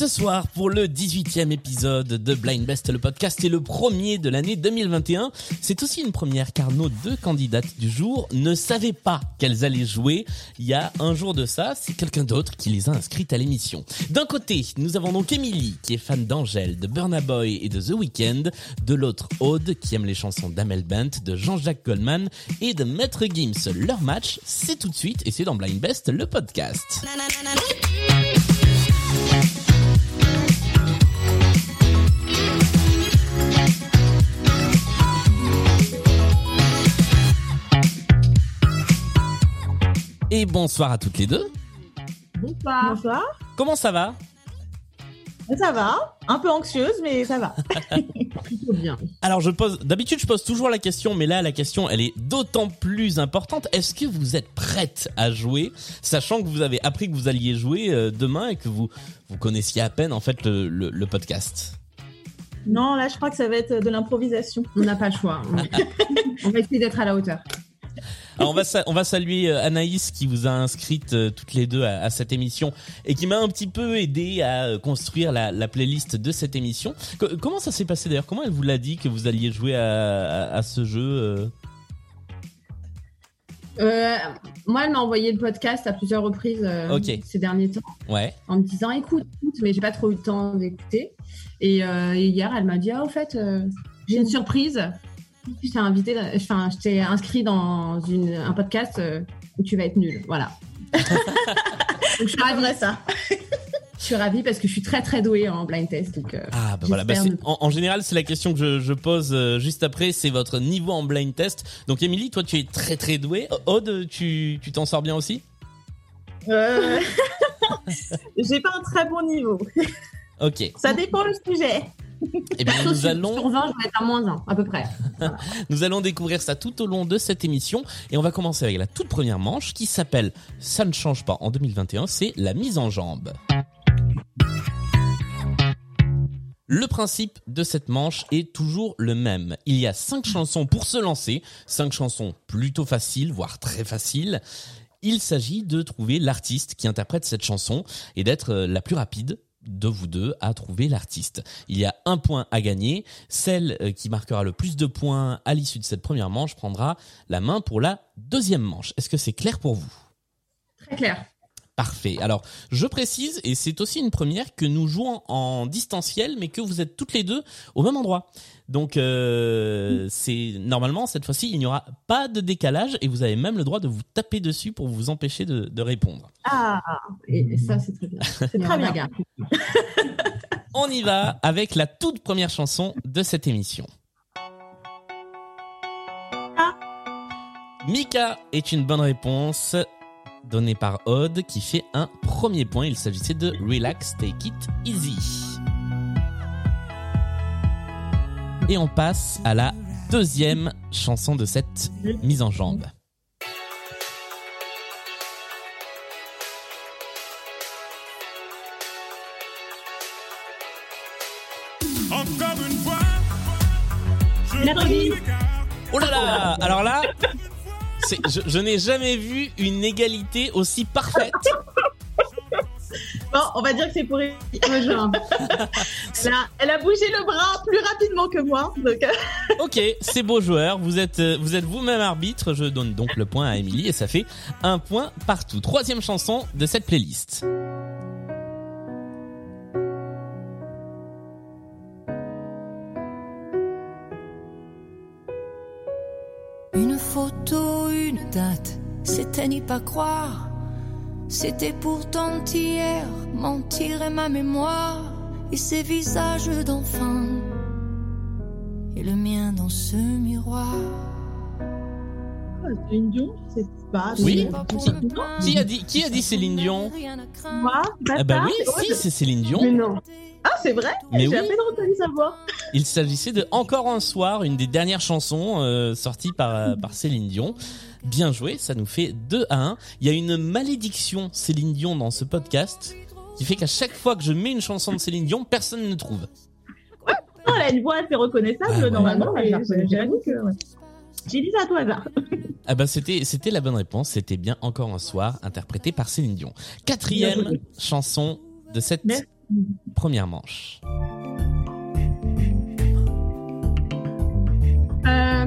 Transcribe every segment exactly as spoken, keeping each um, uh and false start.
Ce soir, pour le dix-huitième épisode de Blind Best, le podcast est le premier de l'année deux mille vingt et un. C'est aussi une première car nos deux candidates du jour ne savaient pas qu'elles allaient jouer. Il y a un jour de ça, c'est quelqu'un d'autre qui les a inscrites à l'émission. D'un côté, nous avons donc Émilie, qui est fan d'Angèle, de Burna Boy et de The Weeknd. De l'autre, Aude, qui aime les chansons d'Amel Bent, de Jean-Jacques Goldman et de Maître Gims. Leur match, c'est tout de suite et c'est dans Blind Best, le podcast. Et bonsoir à toutes les deux. Bonsoir. Bonsoir. Comment ça va ? Ça va, un peu anxieuse, mais ça va. Plutôt bien. Alors je pose, d'habitude je pose toujours la question, mais là la question elle est d'autant plus importante. Est-ce que vous êtes prête à jouer, sachant que vous avez appris que vous alliez jouer euh, demain et que vous vous connaissiez à peine en fait le, le, le podcast ? Non, là je crois que ça va être de l'improvisation. On n'a pas le choix. On va essayer d'être à la hauteur. Alors on va on va saluer Anaïs qui vous a inscrites euh, toutes les deux à, à cette émission et qui m'a un petit peu aidé à euh, construire la, la playlist de cette émission. C- comment ça s'est passé d'ailleurs ? Comment elle vous l'a dit que vous alliez jouer à, à, à ce jeu euh... Euh, moi, elle m'a envoyé le podcast à plusieurs reprises euh, okay. ces derniers temps, ouais. en me disant écoute, écoute, mais j'ai pas trop eu le temps d'écouter. Et, euh, et hier, elle m'a dit ah au fait, euh, j'ai une surprise. Je t'ai invité, enfin, je t'ai inscrit dans une, un podcast euh, où tu vas être nul, voilà. Donc je suis ravie de ça. Je suis ravie parce que je suis très très douée en blind test. Donc, euh, ah bah voilà, bah c'est, en, en général c'est la question que je, je pose euh, juste après, c'est votre niveau en blind test. Donc Émilie, toi tu es très très douée. Aude, tu, tu t'en sors bien aussi ? euh... J'ai pas un très bon niveau. Ok. Ça dépend le sujet. Eh bien, nous allons... Sur vingt, je vais être à moins un, à peu près. Voilà. Nous allons découvrir ça tout au long de cette émission. Et on va commencer avec la toute première manche qui s'appelle « Ça ne change pas en deux mille vingt et un », c'est la mise en jambe. Le principe de cette manche est toujours le même. Il y a cinq chansons pour se lancer, cinq chansons plutôt faciles, voire très faciles. Il s'agit de trouver l'artiste qui interprète cette chanson et d'être la plus rapide de vous deux à trouver l'artiste. Il y a un point à gagner. Celle qui marquera le plus de points à l'issue de cette première manche prendra la main pour la deuxième manche. Est-ce que c'est clair pour vous ? Très clair. Parfait. Alors, je précise, et c'est aussi une première, que nous jouons en distanciel, mais que vous êtes toutes les deux au même endroit. Donc, euh, c'est normalement, cette fois-ci, il n'y aura pas de décalage et vous avez même le droit de vous taper dessus pour vous empêcher de, de répondre. Ah, et, et ça, c'est très bien. C'est très bien. On y va avec la toute première chanson de cette émission. Ah. Mika est une bonne réponse. Donné par Aude qui fait un premier point. Il s'agissait de Relax, Take It Easy. Et on passe à la deuxième chanson de cette mise en jambe. Encore une fois, Mercredi. Oh là là. Alors là, c'est, je, je n'ai jamais vu une égalité aussi parfaite. Bon, on va dire que c'est pour elle a, elle a bougé le bras plus rapidement que moi. Donc... Ok, c'est beau joueur. Vous êtes, vous êtes vous-même arbitre. Je donne donc le point à Émilie et ça fait un point partout. Troisième chanson de cette playlist. Une photo, une date, c'était n'y pas croire. C'était pourtant hier, mentir est ma mémoire. Et ces visages d'enfants, et le mien dans ce miroir. Céline Dion, c'est pas... Oui, qui, qui a dit, qui a dit Céline Dion ? Moi, c'est Ah bah ça, oui, c'est si, vrai, c'est Céline Dion. Mais non. Ah, c'est vrai ? Mais J'ai oui. à peine reconnu sa voix. Il s'agissait de Encore un soir, une des dernières chansons euh, sorties par, euh, par Céline Dion. Bien joué, ça nous fait deux à un. Il y a une malédiction Céline Dion dans ce podcast qui fait qu'à chaque fois que je mets une chanson de Céline Dion, personne ne trouve. Ouais, non, elle a une voix assez reconnaissable, Ah, ouais. normalement, Ouais, mais je la reconnais. j'avoue que... Ouais. J'ai dit ça à tout hasard. Ah bah c'était c'était la bonne réponse, c'était bien Encore un soir, interprété par Céline Dion. Quatrième chanson de cette Merci. première manche. Euh...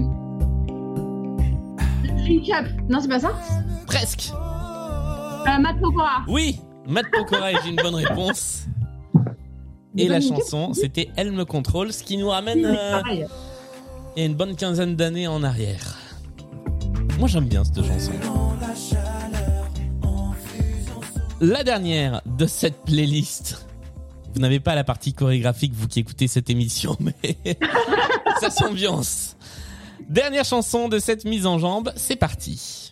Drink Up. Non, c'est pas ça. Presque. Euh, Matt Pokora. Oui, Matt Pokora est une bonne réponse. Et la chanson, c'était Elle me contrôle, ce qui nous ramène euh, il y a une bonne quinzaine d'années en arrière. Moi, j'aime bien cette chanson. La dernière de cette playlist. Vous n'avez pas la partie chorégraphique, vous qui écoutez cette émission, mais ça s'ambiance. Dernière chanson de cette mise en jambe, c'est parti.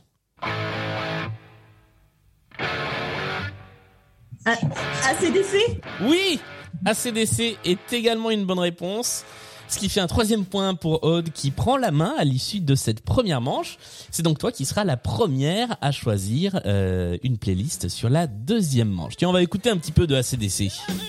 A C D C. Oui, A C D C est également une bonne réponse. Ce qui fait un troisième point pour Aude qui prend la main à l'issue de cette première manche. C'est donc toi qui seras la première à choisir euh, une playlist sur la deuxième manche. Tiens, on va écouter un petit peu de A C D C.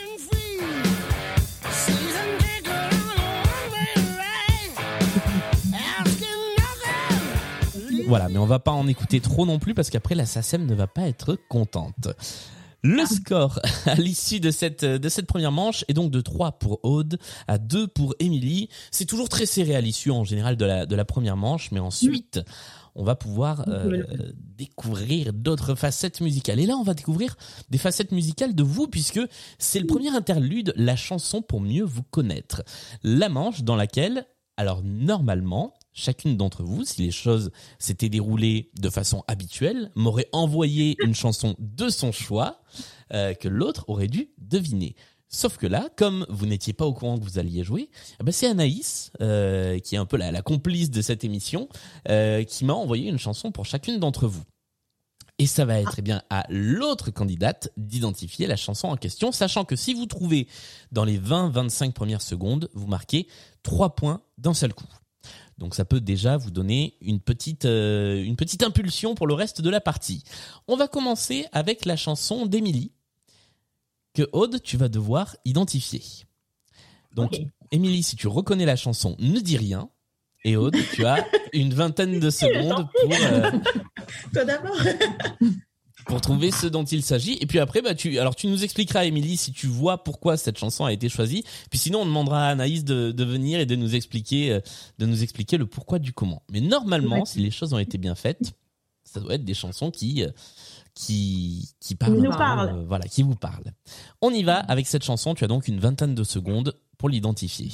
Voilà, mais on va pas en écouter trop non plus parce qu'après la SACEM ne va pas être contente. Le score à l'issue de cette de cette première manche est donc de trois pour Aude à deux pour Émilie. C'est toujours très serré à l'issue en général de la de la première manche, mais ensuite on va pouvoir euh, découvrir d'autres facettes musicales. Et là, on va découvrir des facettes musicales de vous puisque c'est le premier interlude, la chanson pour mieux vous connaître. La manche dans laquelle, alors normalement, chacune d'entre vous, si les choses s'étaient déroulées de façon habituelle, m'aurait envoyé une chanson de son choix euh, que l'autre aurait dû deviner. Sauf que là, comme vous n'étiez pas au courant que vous alliez jouer, eh ben c'est Anaïs, euh, qui est un peu la, la complice de cette émission, euh, qui m'a envoyé une chanson pour chacune d'entre vous. Et ça va être eh bien à l'autre candidate d'identifier la chanson en question, sachant que si vous trouvez dans les vingt à vingt-cinq premières secondes, vous marquez trois points d'un seul coup. Donc ça peut déjà vous donner une petite euh, une petite impulsion pour le reste de la partie. On va commencer avec la chanson d'Émilie que Aude, tu vas devoir identifier. Donc okay. Émilie, si tu reconnais la chanson, ne dis rien. Et Aude, tu as une vingtaine de secondes pour euh, toi d'abord. pour trouver ce dont il s'agit. Et puis après, bah tu, alors tu nous expliqueras, Émilie, si tu vois pourquoi cette chanson a été choisie. Puis sinon, on demandera à Anaïs de, de venir et de nous expliquer, de nous expliquer le pourquoi du comment. Mais normalement, ouais. si les choses ont été bien faites, ça doit être des chansons qui, qui, qui parlent. Nous parlent. Euh, voilà, qui vous parlent. On y va avec cette chanson. Tu as donc une vingtaine de secondes pour l'identifier.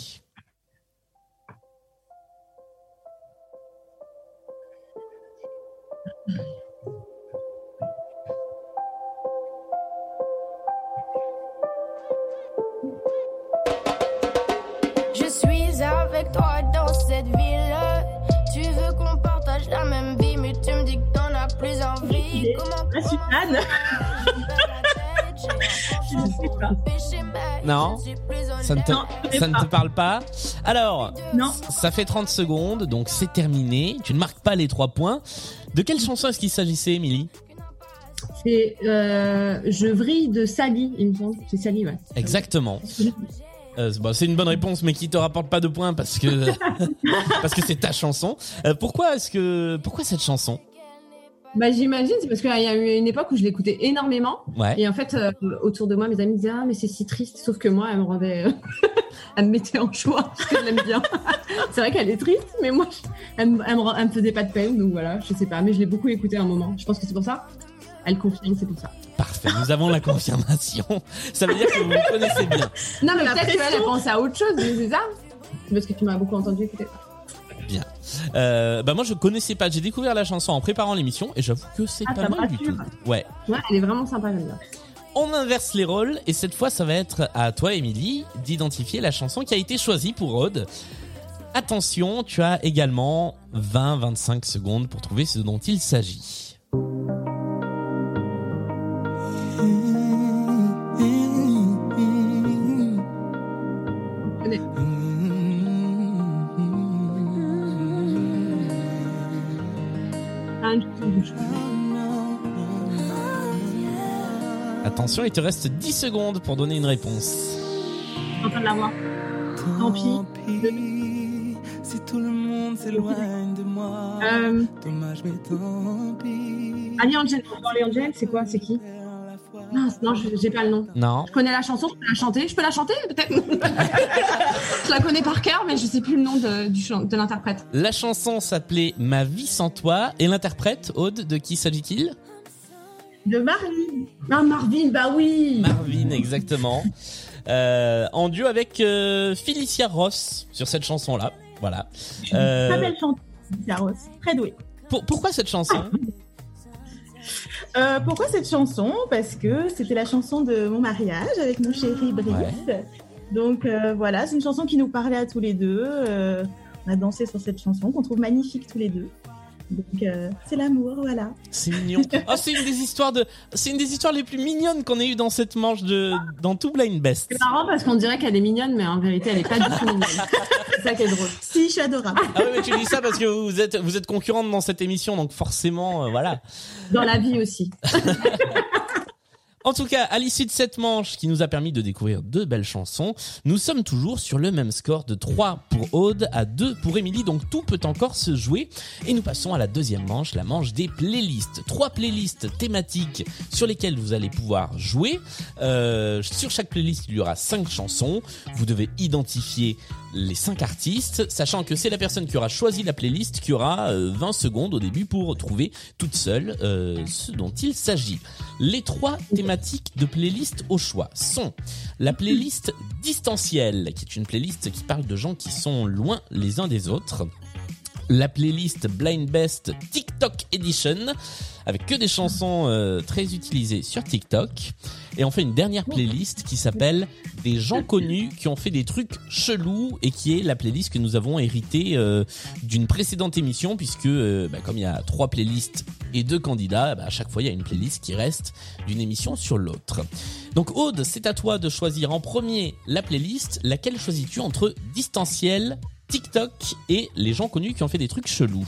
Avec toi dans cette ville, tu veux qu'on partage la même vie, mais tu me dis que t'en as plus envie. Comment ah, Suzanne. Je sais pas. Non, ça ne te, non, ça ne te parle pas. Alors, non. Ça fait trente secondes, donc c'est terminé. Tu ne marques pas les trois points. De quelle chanson est-ce qu'il s'agissait, Émilie ? C'est euh, Je vrille de Sally, il me semble. C'est Sally, ouais. Exactement. Euh, bah, c'est une bonne réponse, mais qui te rapporte pas de points parce que parce que c'est ta chanson. Euh, pourquoi est-ce que pourquoi cette chanson ? Bah j'imagine, c'est parce qu'il y a eu une époque où je l'écoutais énormément. Ouais. Et en fait, euh, autour de moi, mes amis me disaient ah mais c'est si triste. Sauf que moi, elle me rendait, euh, elle me mettait en joie parce que je l'aime bien. C'est vrai qu'elle est triste, mais moi, elle me, elle me, elle me faisait pas de peine, donc voilà, je sais pas. Mais je l'ai beaucoup écoutée à un moment. Je pense que c'est pour ça. Elle confirme, c'est pour ça. Parfait, nous avons la confirmation. Ça veut dire que vous me connaissez bien. Non, mais peut-être qu'elle elle pense à autre chose, mais c'est ça. C'est parce que tu m'as beaucoup entendu écouter. Bien. Euh, bah moi, je connaissais pas. J'ai découvert la chanson en préparant l'émission et j'avoue que c'est ah, pas mal du tout. Ouais. Ouais, elle est vraiment sympa, j'aime bien. On inverse les rôles et cette fois, ça va être à toi, Émilie, d'identifier la chanson qui a été choisie pour Aude. Attention, tu as également vingt à vingt-cinq secondes pour trouver ce dont il s'agit. Attention, il te reste dix secondes pour donner une réponse. Je suis en train de la voir. Tant pis. Si tout le monde s'éloigne de moi. Euh... Dommage, mais tant pis. Ali Angel, Ali Angel, c'est quoi? C'est qui? Mince, non, je- j'ai pas le nom. Non. Je connais la chanson, je peux la chanter. Je peux la chanter, peut-être. Je la connais par cœur, mais je sais plus le nom de, du chan- de l'interprète. La chanson s'appelait Ma vie sans toi et l'interprète, Aude, de qui s'agit-il? De Marvin. Ah, Marvin, bah oui. Marvin, exactement. Euh, en duo avec euh, Felicia Ross sur cette chanson-là. Voilà. Euh, Très belle chanteuse, Caros. Très douée. pour- pourquoi cette chanson? Euh, pourquoi cette chanson? Parce que c'était la chanson de mon mariage avec mon chéri Brice. Ouais. Donc euh, voilà, c'est une chanson qui nous parlait à tous les deux. Euh, on a dansé sur cette chanson qu'on trouve magnifique tous les deux. Donc euh, c'est l'amour, voilà. C'est mignon. Oh, c'est une des histoires de, c'est une des histoires les plus mignonnes qu'on ait eues dans cette manche de, dans tout Blind Best. C'est marrant parce qu'on dirait qu'elle est mignonne, mais en vérité, elle est pas du tout mignonne. C'est ça qui est drôle. Si, je suis adorable. Ah ouais, mais tu dis ça parce que vous êtes, vous êtes concurrente dans cette émission, donc forcément, euh, voilà. Dans la vie aussi. En tout cas, à l'issue de cette manche qui nous a permis de découvrir deux belles chansons, nous sommes toujours sur le même score de trois pour Aude à deux pour Émilie, donc tout peut encore se jouer. Et nous passons à la deuxième manche, la manche des playlists. Trois playlists thématiques sur lesquelles vous allez pouvoir jouer. Euh, sur chaque playlist, il y aura cinq chansons. Vous devez identifier les cinq artistes, sachant que c'est la personne qui aura choisi la playlist qui aura euh, vingt secondes au début pour trouver toute seule euh, ce dont il s'agit. Les trois thématiques de playlist au choix sont la playlist distancielle, qui est une playlist qui parle de gens qui sont loin les uns des autres. La playlist Blind Best TikTok Edition, avec que des chansons euh, très utilisées sur TikTok. Et on fait une dernière playlist qui s'appelle Des gens connus qui ont fait des trucs chelous, et qui est la playlist que nous avons héritée euh, d'une précédente émission, puisque euh, bah, comme il y a trois playlists et deux candidats, bah, à chaque fois il y a une playlist qui reste d'une émission sur l'autre. Donc Aude, c'est à toi de choisir en premier la playlist. Laquelle choisis-tu entre distanciel, TikTok et les gens connus qui ont fait des trucs chelous?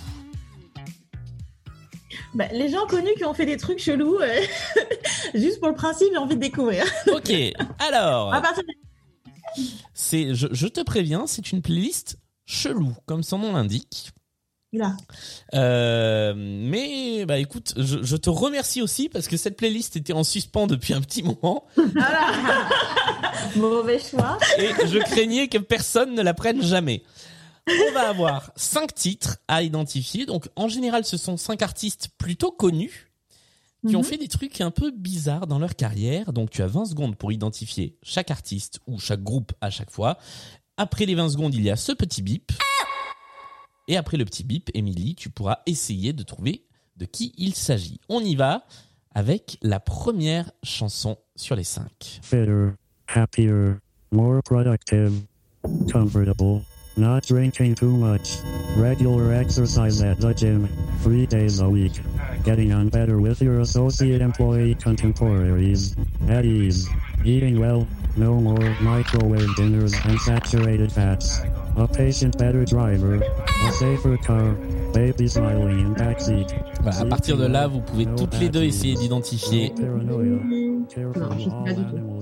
Bah, les gens connus qui ont fait des trucs chelous, euh, juste pour le principe, j'ai envie de découvrir. Ok, alors, À partir de- c'est, je, je te préviens, c'est une playlist chelou, comme son nom l'indique. Là. Euh, mais bah écoute, je, je te remercie aussi parce que cette playlist était en suspens depuis un petit moment Mauvais choix. et je craignais que personne ne la prenne jamais. On va avoir cinq titres à identifier. Donc en général, ce sont cinq artistes plutôt connus qui Mhm. ont fait des trucs un peu bizarres dans leur carrière. Donc tu as vingt secondes pour identifier chaque artiste ou chaque groupe à chaque fois. Après les vingt secondes, il y a ce petit bip. Et après le petit bip, Émilie, tu pourras essayer de trouver de qui il s'agit. On y va avec la première chanson sur les cinq. Fitter, happier, more productive, comfortable, not drinking too much, regular exercise at the gym, three days a week, getting on better with your associate employee contemporaries, at ease, eating well, no more microwave dinners and saturated fats, a patient better driver, a safer car, baby smiling in backseat. Voilà, à partir de là, vous pouvez toutes les deux essayer d'identifier. Non, je sais pas du tout.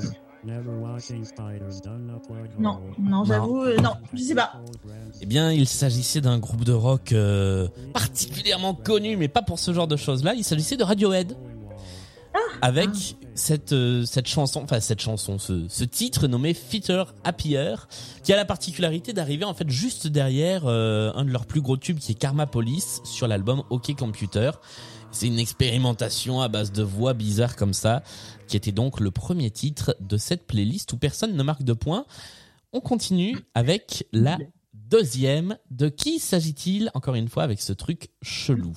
Non, non, j'avoue, euh, non, je sais pas. Eh bien, il s'agissait d'un groupe de rock euh, particulièrement connu, mais pas pour ce genre de choses-là. Il s'agissait de Radiohead. Avec cette euh, cette chanson, enfin cette chanson, ce, ce titre nommé Fitter Happier, qui a la particularité d'arriver en fait juste derrière euh, un de leurs plus gros tubes qui est Karma Police sur l'album OK Computer. C'est une expérimentation à base de voix bizarres comme ça, qui était donc le premier titre de cette playlist où personne ne marque de points. On continue avec la deuxième. De qui s'agit-il encore une fois avec ce truc chelou?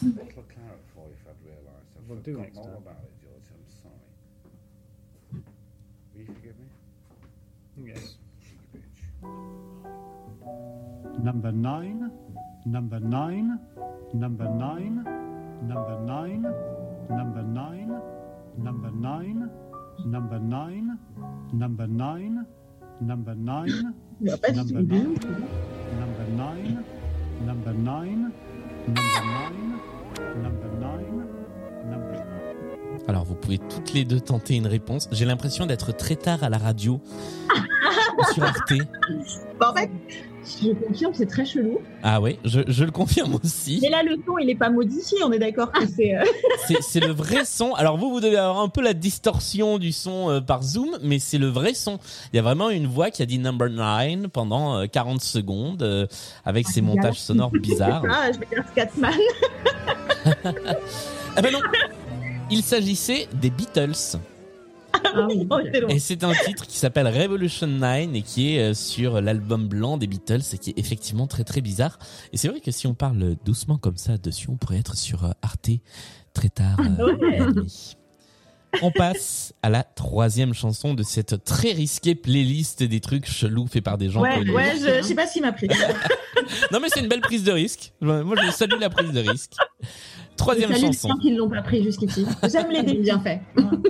Number nine, number nine, number nine, number nine, number nine, number nine, number nine, number nine, number nine, Il va pas du number tout. nine, number nine, number nine, number nine, number nine, number Alors vous pouvez toutes les deux tenter une réponse. J'ai l'impression d'être très tard à la radio sur Arte. Bah, en fait, Je confirme, c'est très chelou. Ah oui, je, je le confirme aussi. mais là, le son, il est pas modifié. On est d'accord que c'est. euh, C'est, c'est le vrai son. Alors vous, vous devez avoir un peu la distorsion du son euh, par Zoom, mais c'est le vrai son. Il y a vraiment une voix qui a dit number nine pendant euh, quarante secondes euh, avec ses montages sonores bizarres. Ah, je vais dire Scatman. Ah ben non, il s'agissait des Beatles. Ah oui. Oh, c'est loin. Et c'est un titre qui s'appelle Revolution nine et qui est euh, sur l'album blanc des Beatles et qui est effectivement très très bizarre. Et c'est vrai que si on parle doucement comme ça dessus, on pourrait être sur euh, Arte très tard euh, Ouais. la nuit. On passe à la troisième chanson de cette très risquée playlist des trucs chelous faits par des gens Ouais, connus. ouais, je, je sais pas ce qui m'a pris. Non mais c'est une belle prise de risque. Moi je salue la prise de risque. Troisième Salut les chanson. gens qui ne l'ont pas pris jusqu'ici. J'aime les C'est défis. bien fait.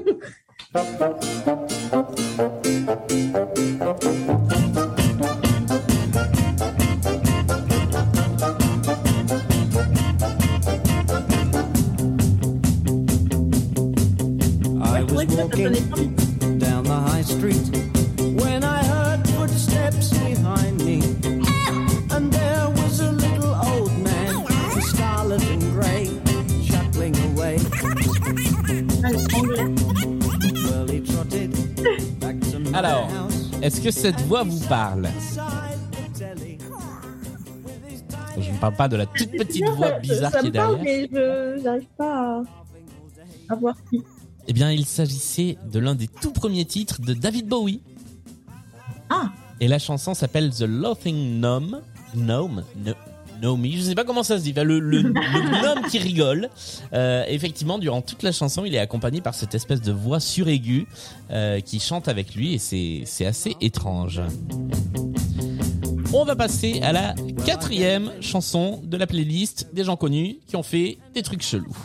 I was Ouais, ça, ça walking donnait envie. down the high street when I heard footsteps behind me. And there was a little old man in scarlet and grey, chuckling away. Ah, c'est anglais. Well, he trotted back to my Alors, house. est-ce que cette voix vous parle? Beside the telly. Je ne parle pas de la toute petite Ça, voix ça- bizarre ça qui est me parle, derrière. mais je j'arrive pas à, à voir qui. Eh bien, il s'agissait de l'un des tout premiers titres de David Bowie. Ah. Et la chanson s'appelle The Laughing Gnome. Gnome. No, Gnome. Je sais pas comment ça se dit. Enfin, le, le, le gnome qui rigole. Euh, effectivement, durant toute la chanson, il est accompagné par cette espèce de voix suraiguë euh, qui chante avec lui et c'est, c'est assez étrange. On va passer à la quatrième chanson de la playlist des gens connus qui ont fait des trucs chelous.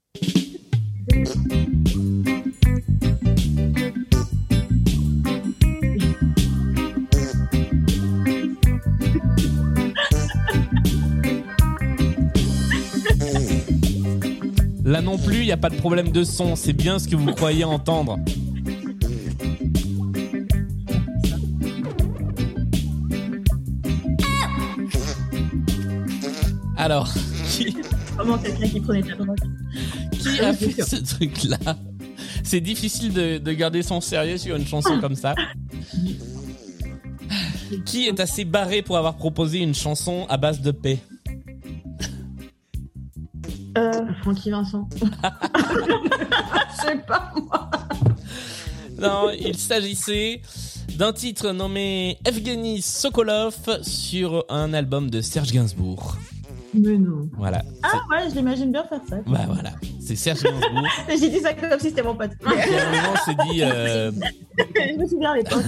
Là non plus, il n'y a pas de problème de son, c'est bien ce que vous croyez entendre. Alors, qui, Vraiment quelqu'un qui prenait de la drogue. qui a fait ce truc-là? C'est difficile de, de garder son sérieux sur une chanson comme ça. Qui est assez barré pour avoir proposé une chanson à base de paix? Euh, Francky Vincent. je sais pas moi. Non, il s'agissait d'un titre nommé Evgeny Sokolov sur un album de Serge Gainsbourg. Mais non. Voilà. Ah ouais, je l'imagine bien faire ça. Bah voilà, c'est Serge Gainsbourg J'ai dit ça comme si c'était mon pote. qui à un moment s'est dit euh, je me souviens à l'époque.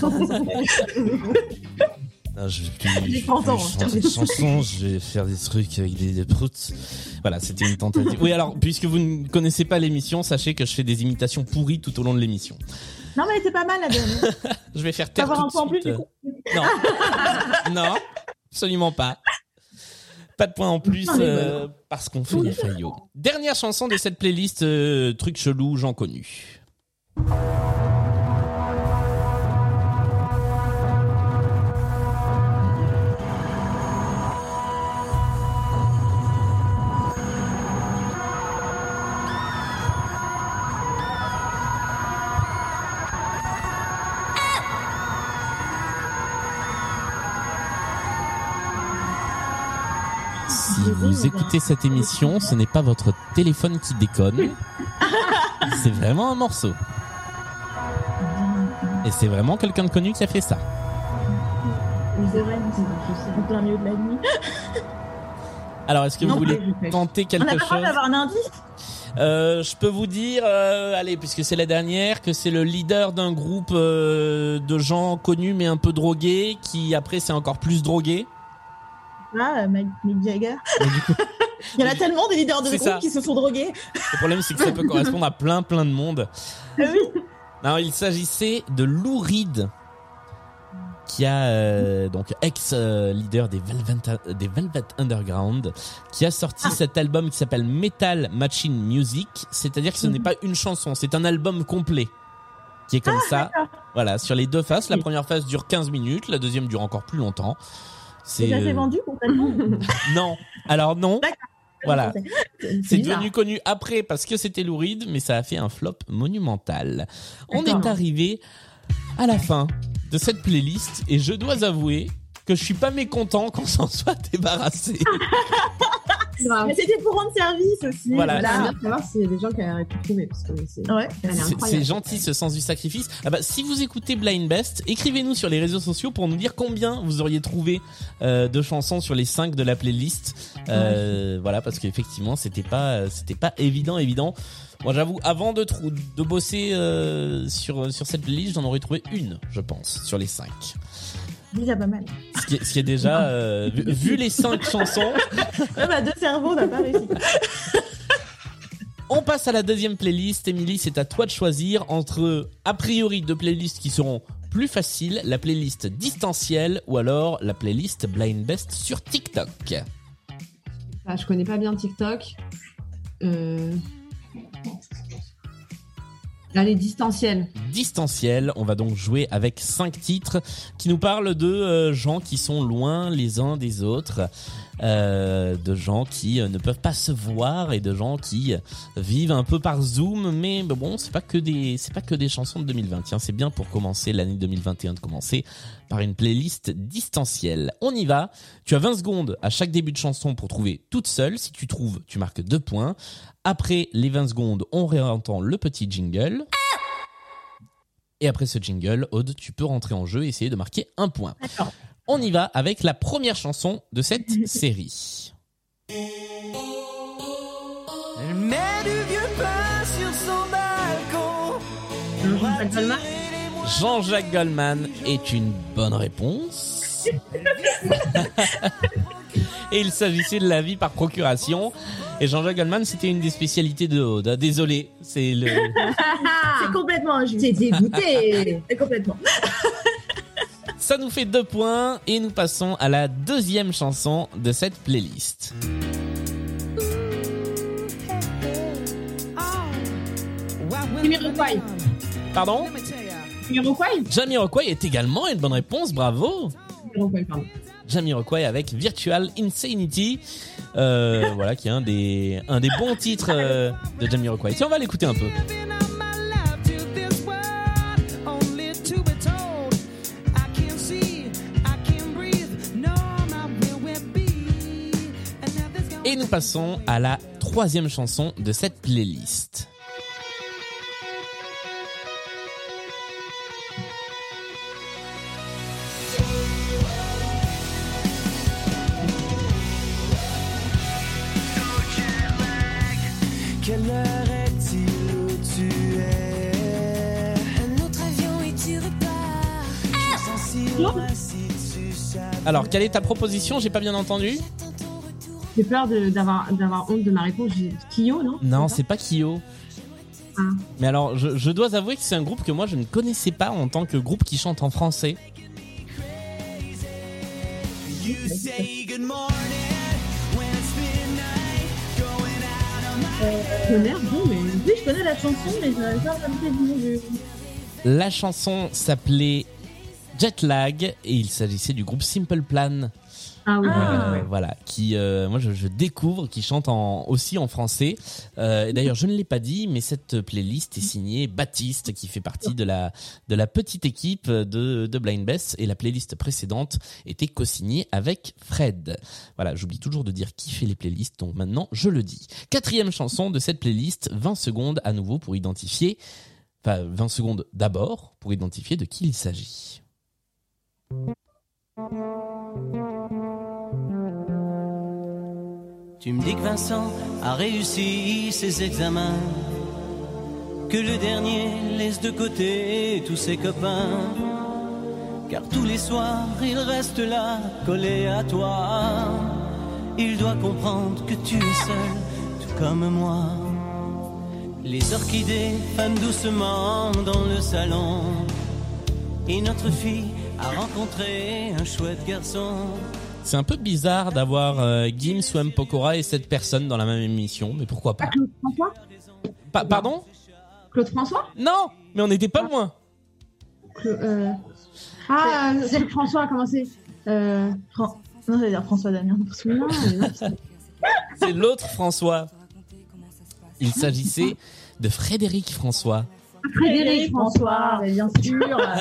non, je vais plus, J'ai je vais trente ans, plus hein. chanter de chansons, je vais faire des trucs avec des, des proutes. Voilà, c'était une tentative. Oui, alors, puisque vous ne connaissez pas l'émission, sachez que je fais des imitations pourries tout au long de l'émission. Non mais c'est pas mal la dernière. Je vais faire Tu taire vas avoir tout un de point en plus suite. du coup. Non, non, absolument pas. Pas de point en plus Non, mais euh, parce qu'on fait les faillots. Dernière chanson de cette playlist, euh, truc chelou, gens connus. Si vous écoutez cette émission, ce n'est pas votre téléphone qui déconne. C'est vraiment un morceau. Et c'est vraiment quelqu'un de connu qui a fait ça. C'est vrai, c'est en plein milieu de la nuit. Alors, est-ce que vous Non, voulez je sais. tenter On quelque a pas le droit chose? d'avoir un indice. Euh, je peux vous dire, euh, allez, puisque c'est la dernière, que c'est le leader d'un groupe euh, de gens connus mais un peu drogués, qui après c'est encore plus drogué. Ah, Mick Mick Jagger. Et du coup, Il y en a tellement des leaders de C'est groupe ça. qui se sont drogués. le problème c'est que ça peut correspondre à plein plein de monde. Ah oui. Non, il s'agissait de Lou Reed, qui a euh, donc ex-leader des Velvet, des Velvet Underground, qui a sorti cet album qui s'appelle Metal Machine Music, c'est-à-dire que ce n'est pas une chanson, c'est un album complet. qui est comme Ah, ça. d'accord. Voilà, sur les deux faces. La première phase dure quinze minutes, la deuxième dure encore plus longtemps. C'est déjà euh, fait vendu complètement. Non, alors non. D'accord. Voilà. C'est C'est bizarre. devenu connu après parce que c'était louride, mais ça a fait un flop monumental. On D'accord. est arrivé à la fin de cette playlist et je dois avouer que je suis pas mécontent qu'on s'en soit débarrassé. Grave. Mais c'était pour rendre service aussi. Voilà. Voilà, bien savoir s'il y a des gens qui auraient pu trouver parce que c'est Ouais. elle est C'est- incroyable. C'est gentil ce sens du sacrifice. Ah bah, si vous écoutez Blind Best, écrivez-nous sur les réseaux sociaux pour nous dire combien vous auriez trouvé euh, de chansons sur les cinq de la playlist. Euh, voilà, parce qu'effectivement, c'était pas, c'était pas évident, évident. Moi, j'avoue, avant de trou- de bosser euh, sur sur cette playlist, j'en aurais trouvé une, je pense, sur les cinq. Déjà pas mal. Ce qui est, ce qui est déjà, euh, vu, vu les cinq chansons, Ouais, bah, deux cerveaux, on n'a pas réussi. on passe à la deuxième playlist. Émilie, c'est à toi de choisir entre, a priori, deux playlists qui seront plus faciles, la playlist distancielle ou alors la playlist Blind Best sur TikTok. Ah, je connais pas bien TikTok. Euh... Allez, distanciel. Distancielle, on va donc jouer avec cinq titres qui nous parlent de euh, gens qui sont loin les uns des autres, euh, de gens qui euh, ne peuvent pas se voir et de gens qui euh, vivent un peu par Zoom. Mais bah, bon, c'est pas que des, c'est pas que des chansons de deux mille vingt. Tiens, c'est bien pour commencer l'année deux mille vingt et un de commencer par une playlist distancielle. On y va. Tu as vingt secondes à chaque début de chanson pour trouver toute seule. Si tu trouves, tu marques deux points. Après les vingt secondes, on réentend le petit jingle. Et après ce jingle, Aude, tu peux rentrer en jeu et essayer de marquer un point. D'accord. On y va avec la première chanson de cette série. Elle met du vieux pain sur son balcon. Jean-Jacques Goldman. Jean-Jacques Goldman est une bonne réponse. Et il s'agissait de La vie par procuration. Et Jean-Jacques Goldman, c'était une des spécialités de Aude. Désolé, c'est le... C'est complètement injuste. T'es dégoûté. C'est complètement. Ça nous fait deux points et nous passons à la deuxième chanson de cette playlist. Jamiroquai. Pardon ? Jamiroquai. Jamiroquai est également une bonne réponse, bravo. Jamiroquai, pardon. Jamiroquai avec Virtual Insanity, euh, voilà, qui est un des un des bons titres euh, de Jamiroquai. Tiens, on va l'écouter un peu. Et nous passons à la troisième chanson de cette playlist. Quelle heure est-il où tu es? Un autre avion et tu repars. Je sens si loin si tu savais. Alors, quelle est ta proposition ? J'ai pas bien entendu. J'ai peur de- d'avoir d'avoir honte de ma réponse. J'ai Kyo, non Non, c'est pas Kyo. Ah. Mais alors, je, je dois avouer que c'est un groupe que moi je ne connaissais pas en tant que groupe qui chante en français. You say good morning when it's midnight, going out on my Je merde, bon, mais Oui, je connais la chanson, mais je n'avais pas remarqué le nom du. La chanson s'appelait Jet Lag et il s'agissait du groupe Simple Plan. ah oui. Euh, voilà, qui euh, moi je, je découvre, qui chante en, aussi en français. Euh, et d'ailleurs, je ne l'ai pas dit, mais cette playlist est signée Baptiste, qui fait partie de la de la petite équipe de de Blind Best. Et la playlist précédente était co-signée avec Fred. Voilà, j'oublie toujours de dire qui fait les playlists, donc maintenant je le dis. Quatrième chanson de cette playlist, vingt secondes à nouveau pour identifier, enfin vingt secondes d'abord pour identifier de qui il s'agit. Tu me dis que Vincent a réussi ses examens, que le dernier laisse de côté tous ses copains, car tous les soirs il reste là, collé à toi. Il doit comprendre que tu es seul, tout comme moi. Les orchidées fanent doucement dans le salon, et notre fille a rencontré un chouette garçon. C'est un peu bizarre d'avoir euh, Gims ou M. Pokora et cette personne dans la même émission, mais pourquoi pas. Claude François Pa- Pardon ? Claude François Non, Mais on n'était pas loin. Euh... Ah, euh, c'est François, comment c'est euh... Fran... Non, j'allais dire François Damien. Non, mais non, c'est... C'est l'autre François. Il s'agissait de Frédéric François. Frédéric François, mais bien sûr.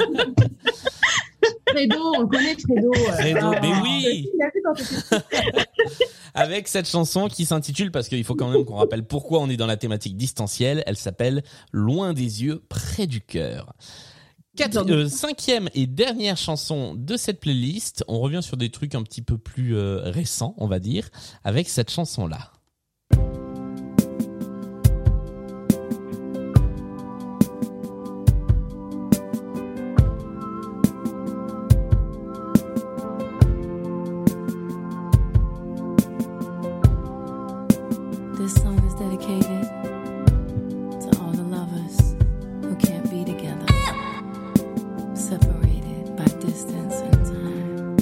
Fredo, on le connaît, Fredo. Fredo, Ah. mais oui. Il a fait quand t'étais- Avec cette chanson qui s'intitule, parce qu'il faut quand même qu'on rappelle pourquoi on est dans la thématique distancielle, elle s'appelle Loin des yeux, près du cœur. Quatre, euh, cinquième et dernière chanson de cette playlist, on revient sur des trucs un petit peu plus euh, récents, on va dire, avec cette chanson-là. This song is dedicated to all the lovers who can't be together, separated by distance and time.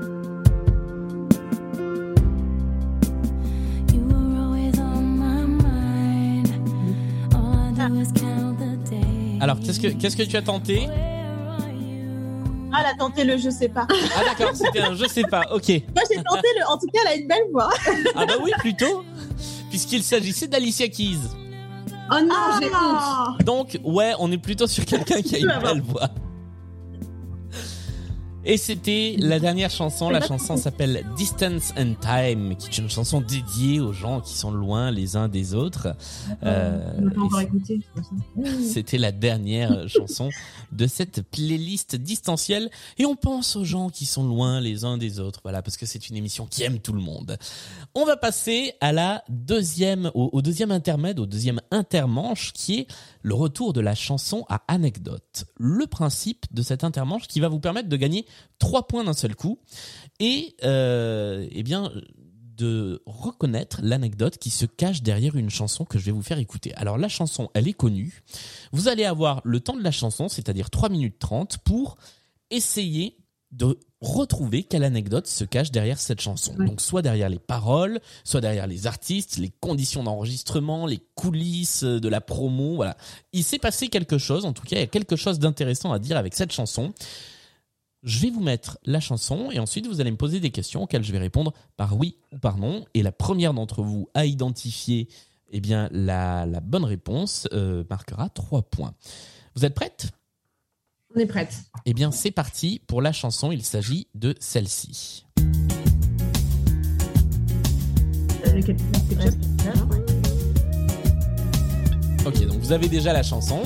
You were always on my mind. All I do is count the days. Alors, qu'est-ce que, qu'est-ce que tu as tenté ? Ah, elle a tenté le je sais pas. Ah d'accord, c'était un je sais pas, ok. Moi, j'ai tenté le. En tout cas, elle a une belle voix. Ah bah oui, plutôt, puisqu'il s'agissait d'Alicia Keys. Oh non, j'ai honte. Ah, Donc, ouais, on est plutôt sur quelqu'un qui a une belle voix. Et c'était la dernière chanson, la chanson s'appelle Distance and Time, qui est une chanson dédiée aux gens qui sont loin les uns des autres. Euh, On n'a pas et encore écouté, c'est pour ça. C'était la dernière chanson de cette playlist distancielle. Et on pense aux gens qui sont loin les uns des autres. Voilà, parce que c'est une émission qui aime tout le monde. On va passer à la deuxième, au, au deuxième intermède, au deuxième intermanche, qui est le retour de la chanson à anecdote. Le principe de cet intermanche qui va vous permettre de gagner trois points d'un seul coup. Et, euh, eh bien, de reconnaître l'anecdote qui se cache derrière une chanson que je vais vous faire écouter. Alors la chanson, elle est connue. Vous allez avoir le temps de la chanson, c'est-à-dire trois minutes trente, pour essayer de retrouver quelle anecdote se cache derrière cette chanson. Ouais. Donc soit derrière les paroles, soit derrière les artistes, les conditions d'enregistrement, les coulisses de la promo, voilà. Il s'est passé quelque chose, en tout cas, il y a quelque chose d'intéressant à dire avec cette chanson. Je vais vous mettre la chanson et ensuite vous allez me poser des questions auxquelles je vais répondre par oui ou par non. Et la première d'entre vous à identifier eh bien, la, la bonne réponse euh, marquera trois points. Vous êtes prête ? On est prête. Eh bien, c'est parti pour la chanson. Il s'agit de celle-ci. Ok, donc vous avez déjà la chanson.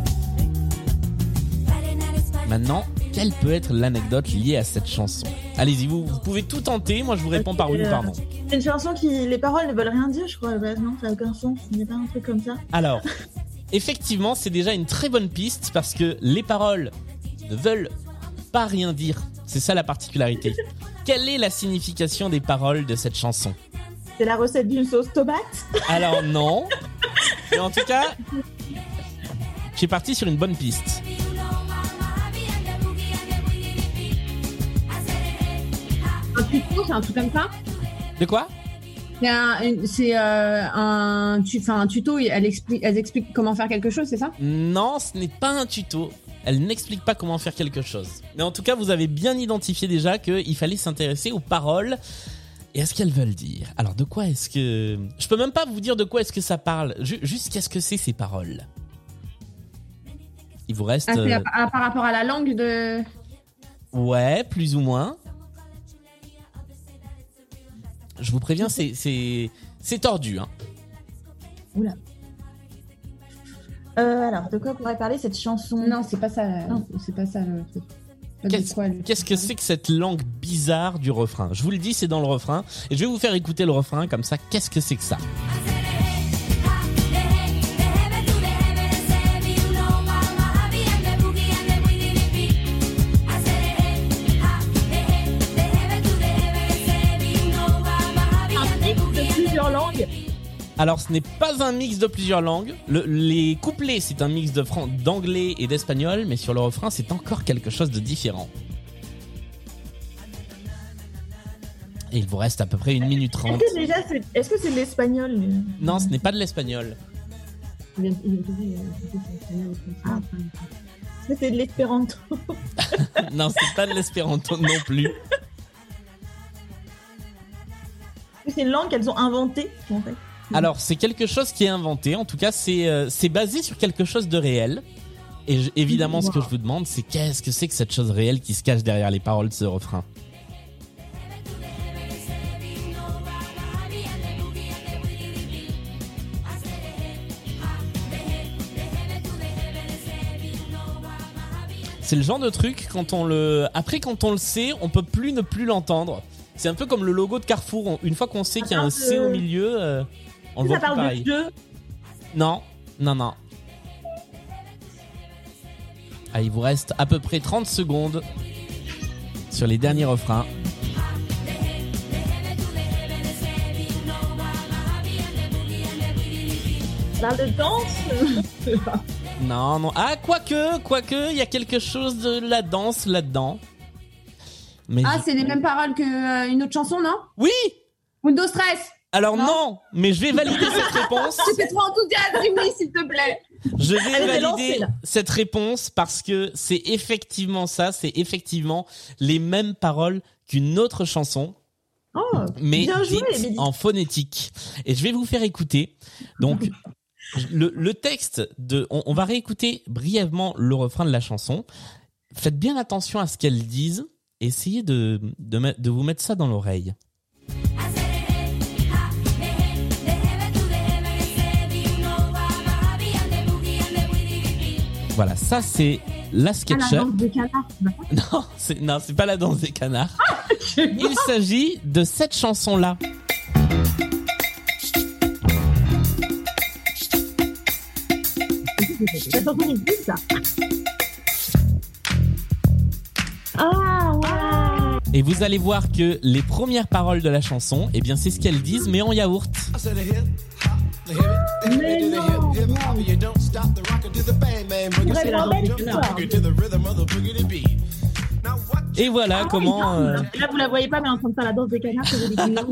Maintenant, quelle peut être l'anecdote liée à cette chanson ? Allez-y, vous, vous pouvez tout tenter. Moi, je vous réponds par oui ou par non. c'est une chanson qui. Les paroles ne veulent rien dire, je crois, à la base, non ? Ça n'a aucun sens. Il n'y a pas un truc comme ça. Alors, effectivement, c'est déjà une très bonne piste parce que les paroles ne veulent pas rien dire. C'est ça la particularité. Quelle est la signification des paroles de cette chanson ? C'est la recette d'une sauce tomate. Alors non. Mais en tout cas, j'ai parti sur une bonne piste. Un tuto, c'est un truc comme ça. De quoi ? C'est un, une- c'est euh, un, tu, enfin un tuto. Elle explique, elle explique comment faire quelque chose, c'est ça ? Non, ce n'est pas un tuto. Elle n'explique pas comment faire quelque chose. Mais en tout cas, vous avez bien identifié déjà qu'il fallait s'intéresser aux paroles et à ce qu'elles veulent dire. Alors, de quoi est-ce que... Je peux même pas vous dire de quoi est-ce que ça parle. Ju- Juste qu'est-ce que c'est ces paroles. Il vous reste... Ah, c'est euh, à- à- par rapport à la langue de. Ouais, plus ou moins. Je vous préviens, c'est c'est c'est tordu, hein. Oula. Euh, alors, de quoi pourrait parler cette chanson ? Non, c'est pas ça. Non. C'est pas ça. Le... Pas de Qu'est-ce quoi, le- qu'est-ce que c'est que cette langue bizarre du refrain ? Je vous le dis, c'est dans le refrain. Et je vais vous faire écouter le refrain comme ça. Qu'est-ce que c'est que ça ? De plusieurs langues. Alors, ce n'est pas un mix de plusieurs langues. Le- les couplets, c'est un mix de fran- d'anglais et d'espagnol, mais sur le refrain, c'est encore quelque chose de différent. Et il vous reste à peu près une minute Est-ce trente. que déjà, c'est... Est-ce que c'est de l'espagnol ? Non, ce n'est pas de l'espagnol. Il vient, il vient de dire, euh, c'est le Ah. C'était de l'espéranto. Non, c'est pas de l'espéranto non plus. C'est une langue qu'elles ont inventée, en fait. Alors, c'est quelque chose qui est inventé. En tout cas, c'est euh, c'est basé sur quelque chose de réel. Et je- évidemment, ce que je vous demande, c'est qu'est-ce que c'est que cette chose réelle qui se cache derrière les paroles de ce refrain? C'est le genre de truc, quand on le... Après, quand on le sait, on peut plus ne plus l'entendre. C'est un peu comme le logo de Carrefour. On- Une fois qu'on sait qu'il y a un C au milieu, euh, on le voit Ça plus parle pareil. de jeu. Non, non, non. Ah, il vous reste à peu près trente secondes sur les derniers refrains. Ça parle de danse. Non, non. Ah, quoique, quoique, il y a quelque chose de la danse là-dedans. Mais Ah, c'est les mêmes paroles qu'une autre chanson, non? oui. Windows Stress. Alors non, Non. mais je vais valider cette réponse. J'étais trop enthousiaste, dis-oui, s'il te plaît. Je vais Elle était lancée, valider là. cette réponse parce que c'est effectivement ça, c'est effectivement les mêmes paroles qu'une autre chanson, Oh, mais bien joué, dites Émilie. en phonétique. Et je vais vous faire écouter. Donc, le, le texte de... On, on va réécouter brièvement le refrain de la chanson. Faites bien attention à ce qu'elles disent. Essayez de, de, me- de vous mettre ça dans l'oreille. Voilà, ça c'est la Ah, la SketchUp. danse des canards. Non, c'est non, c'est pas la danse des canards. Il s'agit de cette chanson-là. La chanson qui dit ça. Ah, ouais. Et vous allez voir que les premières paroles de la chanson, eh bien c'est ce qu'elles disent, mais en yaourt. Mais non. Vraiment belle histoire. Et voilà comment euh, Là, vous la voyez pas, mais en train de faire la danse des canards, c'est ridicule.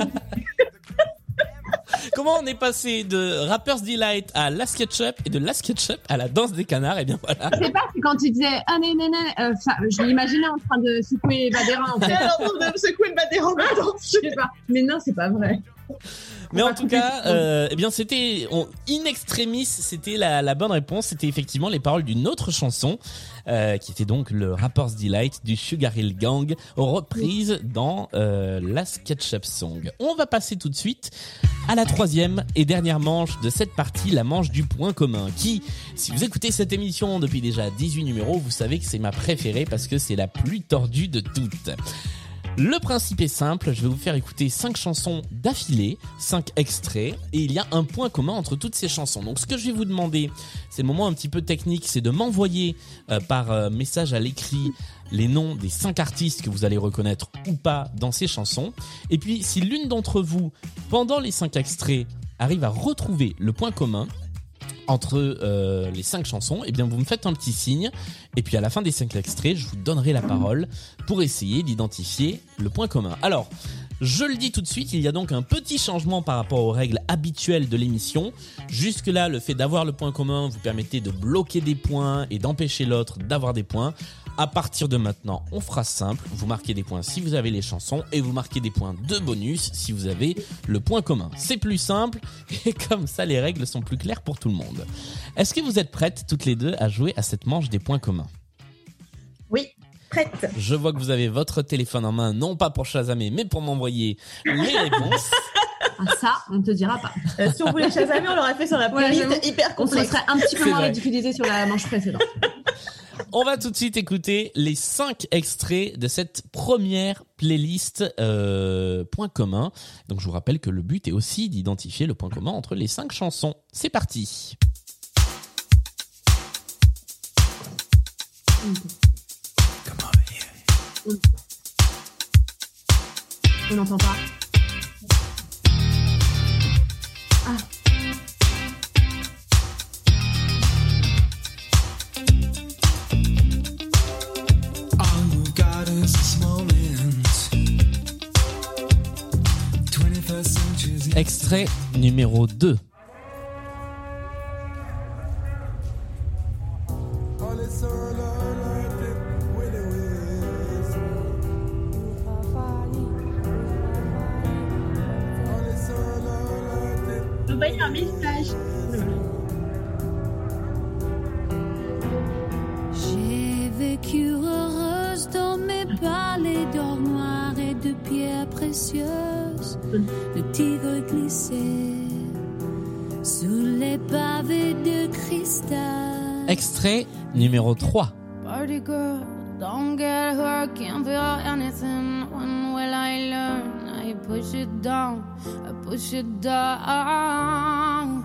comment on est passé de Rapper's Delight à la SketchUp et de la SketchUp à la danse des canards. Et bien voilà. Je sais pas, c'est quand il disait ah né né né, euh, ça, je l'imaginais en train de secouer Badérin en Et fait. alors, vous de secouer le batteur en même temps. Je sais pas, mais non, c'est pas vrai. Mais On en va tout couper cas, tout. euh, eh bien c'était on, in extremis, c'était la, la bonne réponse. C'était effectivement les paroles d'une autre chanson, euh, qui était donc le Rapper's Delight du Sugar Hill Gang, reprise dans euh, la SketchUp Song. On va passer tout de suite à la troisième et dernière manche de cette partie, la manche du point commun. Qui, si vous écoutez cette émission depuis déjà dix-huit numéros, vous savez que c'est ma préférée parce que c'est la plus tordue de toutes. Le principe est simple, je vais vous faire écouter cinq chansons d'affilée, cinq extraits, et il y a un point commun entre toutes ces chansons. Donc ce que je vais vous demander, c'est le moment un petit peu technique, c'est de m'envoyer euh, par euh, message à l'écrit les noms des cinq artistes que vous allez reconnaître ou pas dans ces chansons. Et puis si l'une d'entre vous, pendant les cinq extraits, arrive à retrouver le point commun entre euh, les cinq chansons, eh bien vous me faites un petit signe et puis à la fin des cinq extraits, je vous donnerai la parole pour essayer d'identifier le point commun. Alors, je le dis tout de suite, il y a donc un petit changement par rapport aux règles habituelles de l'émission. Jusque-là, le fait d'avoir le point commun vous permettait de bloquer des points et d'empêcher l'autre d'avoir des points. À partir de maintenant, on fera simple. Vous marquez des points si vous avez les chansons et vous marquez des points de bonus si vous avez le point commun. C'est plus simple et comme ça, les règles sont plus claires pour tout le monde. Est-ce que vous êtes prêtes toutes les deux à jouer à cette manche des points communs ? Oui, prête. Je vois que vous avez votre téléphone en main, non pas pour chasamer, mais pour m'envoyer les réponses. Ah, ça, on te dira pas. Euh, si on voulait chasamer, on l'aurait fait sur la Ouais, playlist j'avoue. hyper On se complexe. serait un petit peu C'est moins vrai. ridiculisé sur la manche précédente. On va tout de suite écouter les cinq extraits de cette première playlist euh, point commun. Donc je vous rappelle que le but est aussi d'identifier le point commun entre les cinq chansons. C'est parti. On n'entend pas. Ah. Extrait numéro deux. envoyer un message. J'ai vécu heureuse dans mes palais d'or noir et de pierres précieuses. Le tigre glissait sous les pavés de cristal. Extrait numéro trois. Party girl, don't get hurt, can't feel anything. When will I learn? I push it down, I push it down.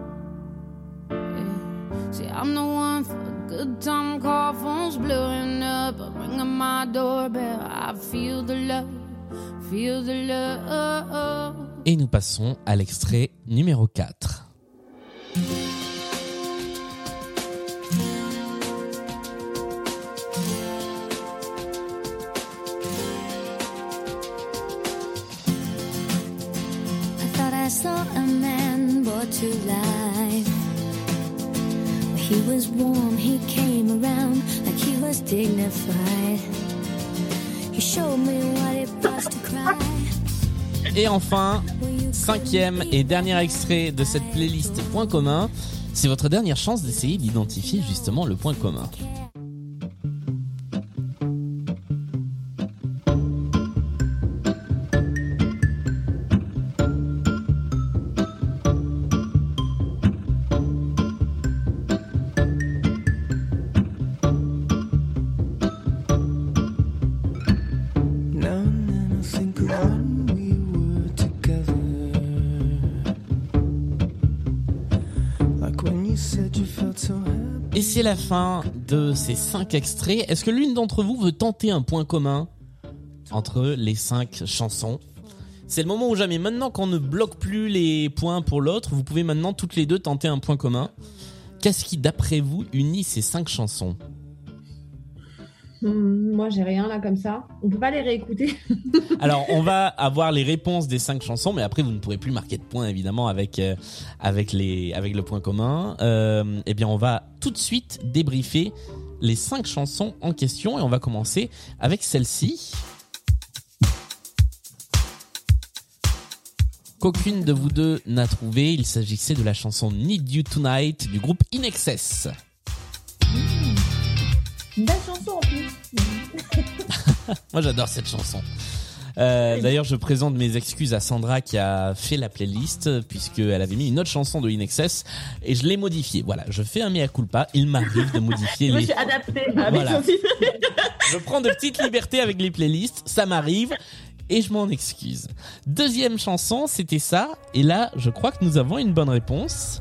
Yeah. See, I'm the one for a good time call, phone's blowing up, I'm ringing my doorbell. I feel the love, feel the love. Et nous passons à l'extrait numéro quatre. I saw a man brought to life. He was warm, he came around like he was dignified. He showed me what it was to cry. Et enfin, cinquième et dernier extrait de cette playlist Point commun. C'est votre dernière chance d'essayer d'identifier justement le point commun. Et c'est la fin de ces cinq extraits. Est-ce que l'une d'entre vous veut tenter un point commun entre les cinq chansons ? C'est le moment ou jamais. Maintenant qu'on ne bloque plus les points pour l'autre, vous pouvez maintenant toutes les deux tenter un point commun. Qu'est-ce qui, d'après vous, unit ces cinq chansons ? Hum, moi, j'ai rien là comme ça. On peut pas les réécouter. Alors, on va avoir les réponses des cinq chansons, mais après, vous ne pourrez plus marquer de points, évidemment, avec euh, avec les avec le point commun. Euh, eh bien, on va tout de suite débriefer les cinq chansons en question, et on va commencer avec celle-ci. Qu'aucune de vous deux n'a trouvé. Il s'agissait de la chanson Need You Tonight du groupe In Excess. Une belle chanson en plus. Moi, j'adore cette chanson. Euh, d'ailleurs, je présente mes excuses à Sandra qui a fait la playlist puisqu'elle avait mis une autre chanson de In Excess et je l'ai modifiée. Voilà, je fais un mea culpa. Il m'arrive de modifier Moi, les... je suis adaptée avec Voilà. son titre. Je prends de petites libertés avec les playlists, ça m'arrive et je m'en excuse. Deuxième chanson, c'était ça. Et là, je crois que nous avons une bonne réponse.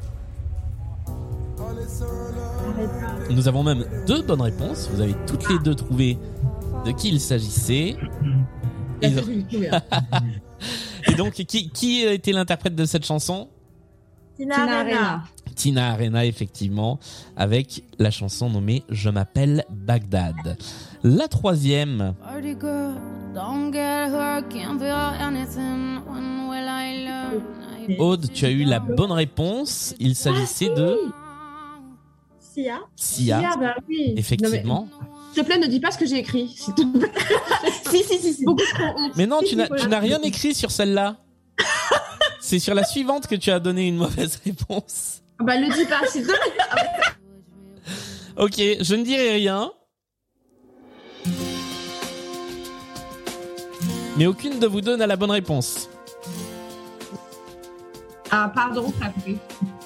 Nous avons même deux bonnes réponses. Vous avez toutes les deux trouvé de qui il s'agissait. Et, donc... et donc, qui, qui était l'interprète de cette chanson ? Tina, Tina Arena. Arena. Tina Arena, effectivement, avec la chanson nommée « Je m'appelle Bagdad ». La troisième... Party girl, don't get hurt, can't feel anything. When will I learn? I Aude, tu as eu la bonne réponse. Il s'agissait Ah, de Sia. Sia. Ah, bah oui. Effectivement. Non, mais, s'il te plaît, ne dis pas ce que j'ai écrit. s'il te plaît. Si, si, si, si. Beaucoup trop honte. Mais non, Si, tu si, n'as, voilà. tu n'as rien écrit sur celle-là. C'est sur la suivante que tu as donné une mauvaise réponse. Ah bah, le dis pas, s'il te plaît. Ok, je ne dirai rien. Mais aucune de vous deux n'a la bonne réponse. Ah, pardon, ça a coupé.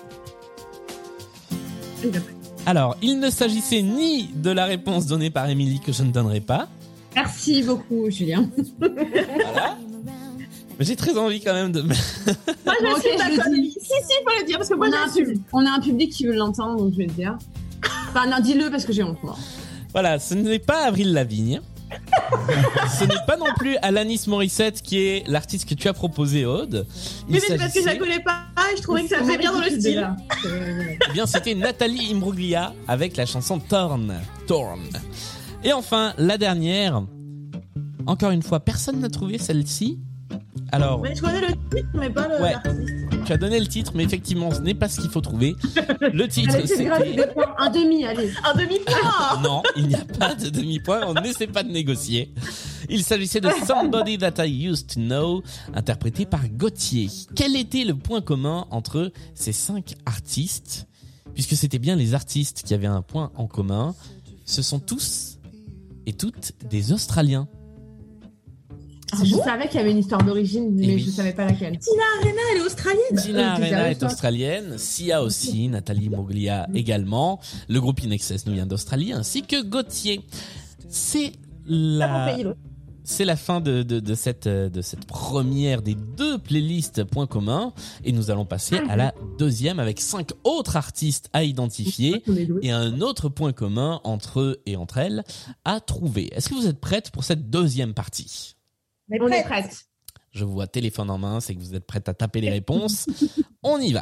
Alors, il ne s'agissait ni de la réponse donnée par Émilie que je ne donnerai pas. Merci beaucoup, Julien. Voilà. Mais j'ai très envie quand même de... Moi, je Bon, ok, suis je le d'accord. dis. Si, si, il faut le dire, parce que moi, On a, un j'assume. pub- on a un public qui veut l'entendre, donc je vais le dire. Enfin, non, dis-le parce que j'ai honte, moi. Voilà, ce n'est pas Avril Lavigne. Ce n'est pas non plus Alanis Morissette qui est l'artiste que tu as proposé, Aude. Il Mais c'est parce que je la s'agissait- connais pas et je trouvais que ça faisait bien dans le style. Déjà. Eh bien, c'était Nathalie Imbruglia avec la chanson Torn. Torn. Et enfin, la dernière. Encore une fois, personne n'a trouvé celle-ci. Alors, Mais je connais le titre, mais pas le- Ouais. l'artiste. tu as donné le titre, mais effectivement, ce n'est pas ce qu'il faut trouver. Le titre, Allez, c'est grave, c'était... deux points. Un demi, allez. Un demi-point. Non, il n'y a pas de demi-point, on n'essaie pas de négocier. Il s'agissait de Somebody That I Used to Know, interprété par Gauthier. Quel était le point commun entre ces cinq artistes ? Puisque c'était bien les artistes qui avaient un point en commun, ce sont tous et toutes des Australiens. Ah, je savais qu'il y avait une histoire d'origine, mais oui. je savais pas laquelle. Tina Arena, elle est australienne. Tina Euh, Arena déjà, est toi. australienne, Sia aussi, Nathalie Moglia également. Le groupe In Excess nous vient d'Australie, ainsi que Gauthier. C'est la... C'est la fin de, de, de, cette, de cette première des deux playlists points communs et nous allons passer à la deuxième avec cinq autres artistes à identifier et un autre point commun entre eux et entre elles à trouver. Est-ce que vous êtes prêtes pour cette deuxième partie ? On est prête. Je vous vois téléphone en main, c'est que vous êtes prêtes à taper les réponses. On y va.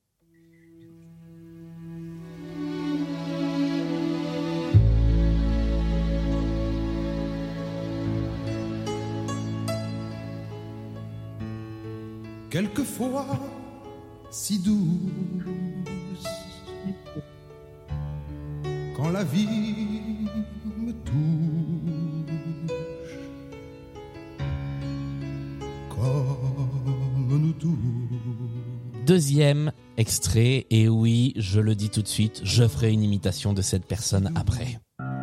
Quelquefois si douce, quand la vie me touche, comme nous tous. Deuxième extrait, et oui, je le dis tout de suite, je ferai une imitation de cette personne après.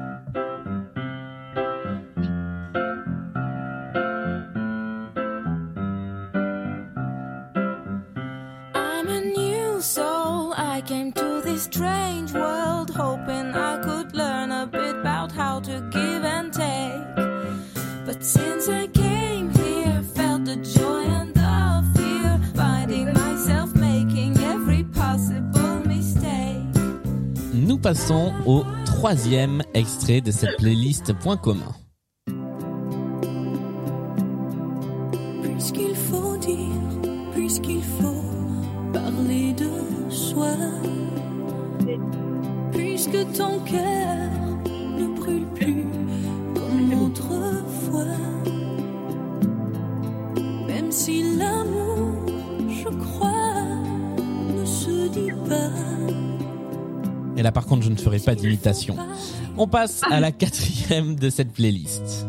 I'm a new soul. I came to this strange world hoping I could learn a bit about how to give and take. But since I came here, felt the joy and the fear, finding myself making every possible mistake. Nous passons au troisième extrait de cette playlist point commun. Puisqu'il faut dire, puisqu'il faut parler de soi, puisque ton cœur ne brûle plus comme autrefois, même si l'amour, je crois, ne se dit pas. Et là par contre je ne ferai pas d'imitation. On passe à la quatrième de cette playlist.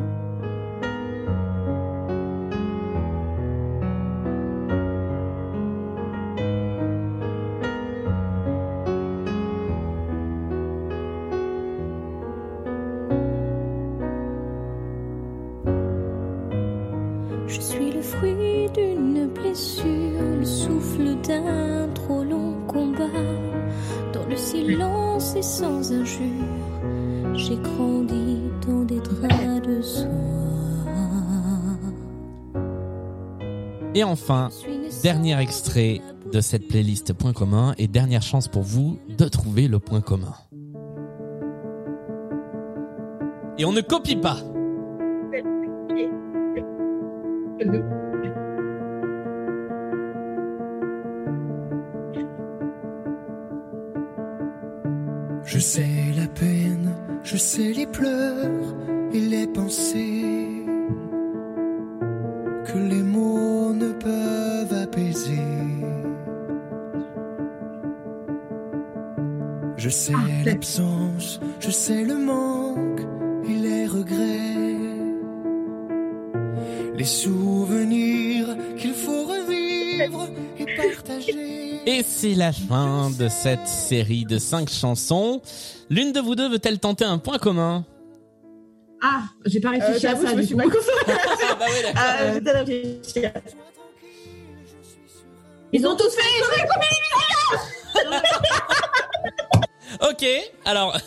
Je suis le fruit d'une blessure, le souffle d'un trop long combat. Dans le silence et sans injure, j'ai grandi dans des draps de soie. Et enfin, dernier extrait de cette playlist point commun et dernière chance pour vous de trouver le point commun. Et on ne copie pas. Je sais la peine, je sais les pleurs et les pensées que les mots ne peuvent apaiser. Je sais l'absence, je sais le manque et les regrets, les souvenirs qu'il faut revivre et partager. Et c'est la fin de cette série de cinq chansons. L'une de vous deux veut-elle tenter un point commun ? Ah, j'ai pas réfléchi Euh, à j'avoue, ça. je me du suis coup. pas concentrée. Ah bah oui, d'accord. Euh, j'ai peut-être réfléchi. Ils ont tous fait Ok, alors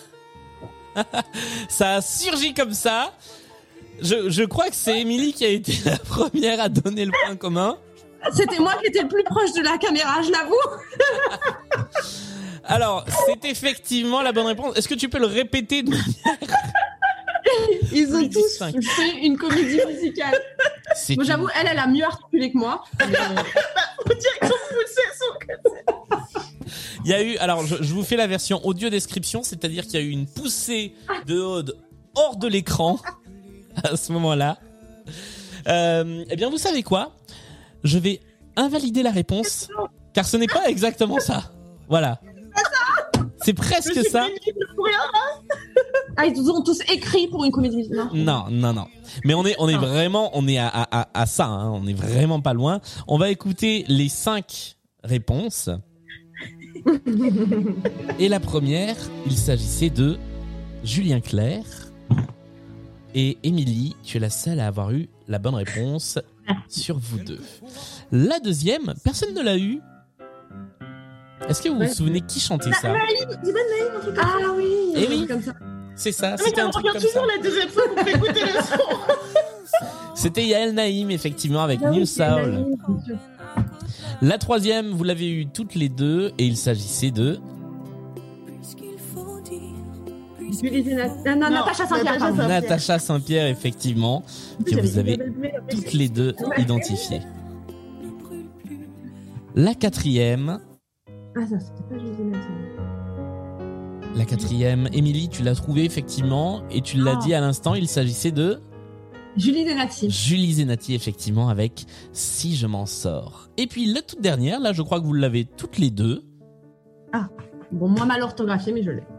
ça a surgi comme ça. Je, je crois que c'est Émilie qui a été la première à donner le point commun. C'était moi qui étais le plus proche de la caméra, je l'avoue. Alors, c'est effectivement la bonne réponse. Est-ce que tu peux le répéter de manière... Ils ont Plus tous distinct. fait une comédie musicale. C'est Moi, une- j'avoue, elle, elle a mieux articulé que moi. Mais, euh, On dirait qu'on pousse son. Il y a eu, alors je, je vous fais la version audio description, c'est-à-dire qu'il y a eu une poussée de Aude hors de l'écran à ce moment-là. Euh, eh bien, vous savez quoi ? Je vais invalider la réponse, car ce n'est pas exactement ça. Voilà. C'est presque ça. Pour rien, Ah, ils ont tous écrit pour une comédie musicale. Non, non, non. Mais on est, on est vraiment, on est à, à, à, à ça, hein. On est vraiment pas loin. On va écouter les cinq réponses. Et la première, il s'agissait de Julien Clerc. Et Émilie, tu es la seule à avoir eu la bonne réponse sur vous deux. La deuxième, personne ne l'a eu. Est-ce que vous Ouais. vous souvenez qui chantait ça? Naïm, dis bonne Naïm, un truc comme ça. Ah oui. Eh oui. Comme ça. C'est ça, Ah, mais c'était on un truc regarde comme ça. toujours la deuxième fois pour écouter le son. C'était Yael Naïm, effectivement, avec New Soul. La troisième, vous l'avez eu toutes les deux, et il s'agissait de... Julie Zénat- Ah, non, Non, Natacha Saint-Pierre. Natacha pardon. Saint-Pierre. Natacha Saint-Pierre, effectivement, que vous avez toutes les deux identifiées. La quatrième, Ah, ça, c'était pas Julie Zénat. la quatrième, Émilie, tu l'as trouvée, effectivement, et tu l'as Ah. dit à l'instant, il s'agissait de Julie Zenati. Julie Zenati, effectivement, avec Si je m'en sors. Et puis la toute dernière, là, je crois que vous l'avez toutes les deux. Bon, moi, mal orthographié, mais je l'ai.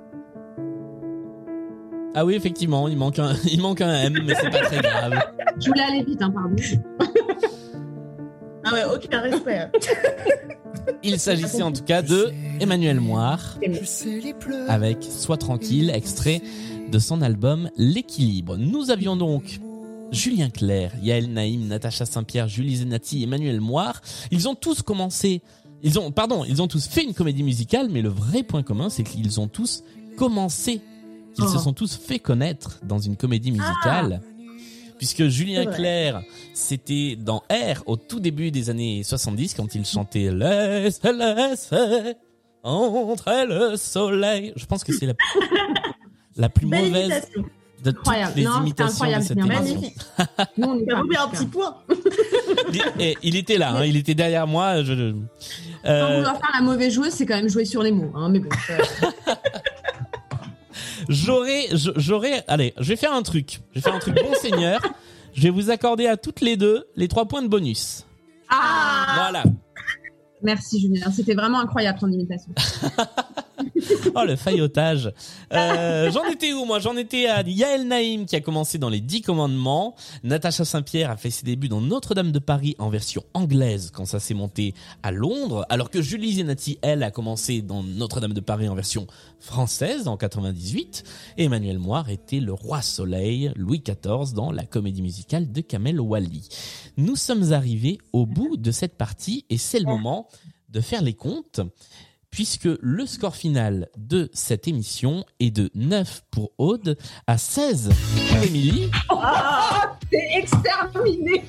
Ah oui, effectivement, il manque un, il manque un M, mais c'est pas très grave. Je voulais aller vite, hein, pardon. Ah ouais, aucun respect. Il s'agissait en tout cas de Emmanuel Moire Je sais les pleurs. avec Sois tranquille, extrait de son album L'équilibre. Nous avions donc Julien Clerc, Yael Naïm, Natacha Saint-Pierre, Julie Zenati, Emmanuel Moire. Ils ont tous commencé, ils ont, pardon, ils ont tous fait une comédie musicale, mais le vrai point commun, c'est qu'ils ont tous commencé, qu'ils Oh. se sont tous fait connaître dans une comédie musicale. Puisque Julien C'est vrai. Clerc, c'était dans R au tout début des années soixante-dix quand il chantait Laisse, laisse entrer le soleil. Je pense que c'est la, la plus Belle mauvaise imitation. de toutes Incroyable. les Non, c'était imitations incroyable, de cette c'est bien. émission. Magnifique. Nous, on est T'as pas oublié un super. petit point. Il, et il était là, hein, il était derrière moi. Je, je- Quand euh, on doit faire la mauvaise joueuse, c'est quand même jouer sur les mots. Hein, mais bon. euh, j'aurais, je- j'aurais, allez, je vais faire un truc. Je vais faire un truc bon seigneur. Je vais vous accorder à toutes les deux les trois points de bonus. Ah Voilà. Merci Julien, c'était vraiment incroyable ton imitation. Oh, le faillotage. Euh, j'en étais où, moi? J'en étais à Yael Naïm, qui a commencé dans Les Dix Commandements. Natacha Saint-Pierre a fait ses débuts dans Notre-Dame de Paris en version anglaise quand ça s'est monté à Londres. Alors que Julie Zenati, elle, a commencé dans Notre-Dame de Paris en version française en quatre-vingt-dix-huit. Et Emmanuel Moire était le roi soleil, Louis quatorze, dans la comédie musicale de Kamel Wally. Nous sommes arrivés au bout de cette partie et c'est le moment de faire les comptes, puisque le score final de cette émission est de neuf pour Aude à seize pour Émilie. Ah, t'es exterminé.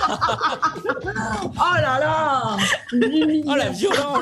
Oh là là. Oh la violence.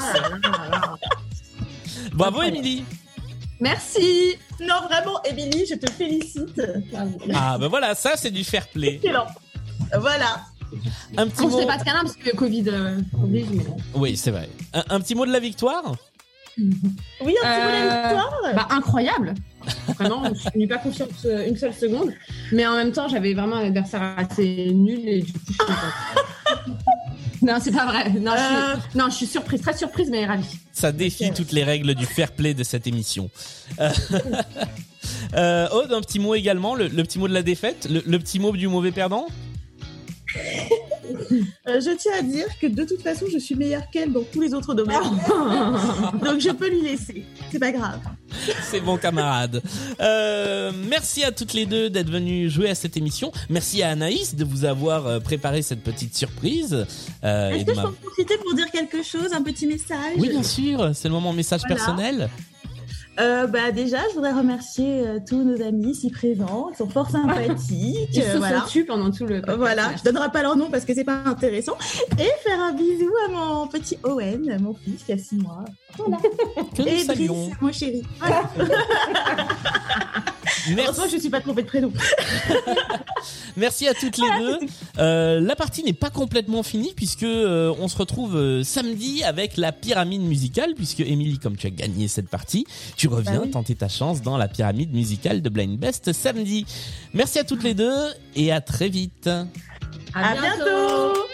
Bravo Émilie. Merci. Non, vraiment, Émilie, je te félicite. Ah ben voilà, ça c'est du fair play. Excellent. Voilà. Un petit On mot. se fait pas de câlin parce que Covid euh, oblige. Mais... Oui, c'est vrai. Un, un petit mot de la victoire. Oui, un petit Euh, peu la victoire. Bah incroyable. Vraiment, je n'ai pas confiance euh, une seule seconde. Mais en même temps, j'avais vraiment un adversaire assez nul et du coup, je suis contente. Non, c'est pas vrai. Non, je suis, non, je suis surprise, très surprise, mais ravie. Ça défie toutes les règles du fair play de cette émission. Euh, euh, Aude, un petit mot également, le, le petit mot de la défaite, le, le petit mot du mauvais perdant. Euh, je tiens à dire que de toute façon, je suis meilleure qu'elle dans tous les autres domaines. Donc je peux lui laisser. C'est pas grave. C'est bon camarade. Euh, merci à toutes les deux d'être venues jouer à cette émission. Merci à Anaïs de vous avoir euh, préparé cette petite surprise. Euh, et Est-ce de que je ma- peux en profiter pour dire quelque chose, un petit message? Oui, bien sûr, c'est le moment message Voilà. personnel. Euh, bah déjà, je voudrais remercier euh, tous nos amis ici présents. Ils sont fort sympathiques. Ils euh, se voilà. sont tus pendant tout le. Euh, Voilà, je donnerai pas leur nom parce que c'est pas intéressant. Et faire un bisou à mon petit Owen, mon fils qui a six mois. Voilà. Que nous Et saluons. Brice, mon chéri. Voilà. Heureusement que je suis pas trompée de prénom. Merci à toutes les deux. Euh, la partie n'est pas complètement finie puisque euh, on se retrouve euh, samedi avec la pyramide musicale, puisque Émilie, comme tu as gagné cette partie, tu reviens Bah oui. tenter ta chance dans la pyramide musicale de Blind Best samedi. Merci à toutes les deux et à très vite. À À bientôt.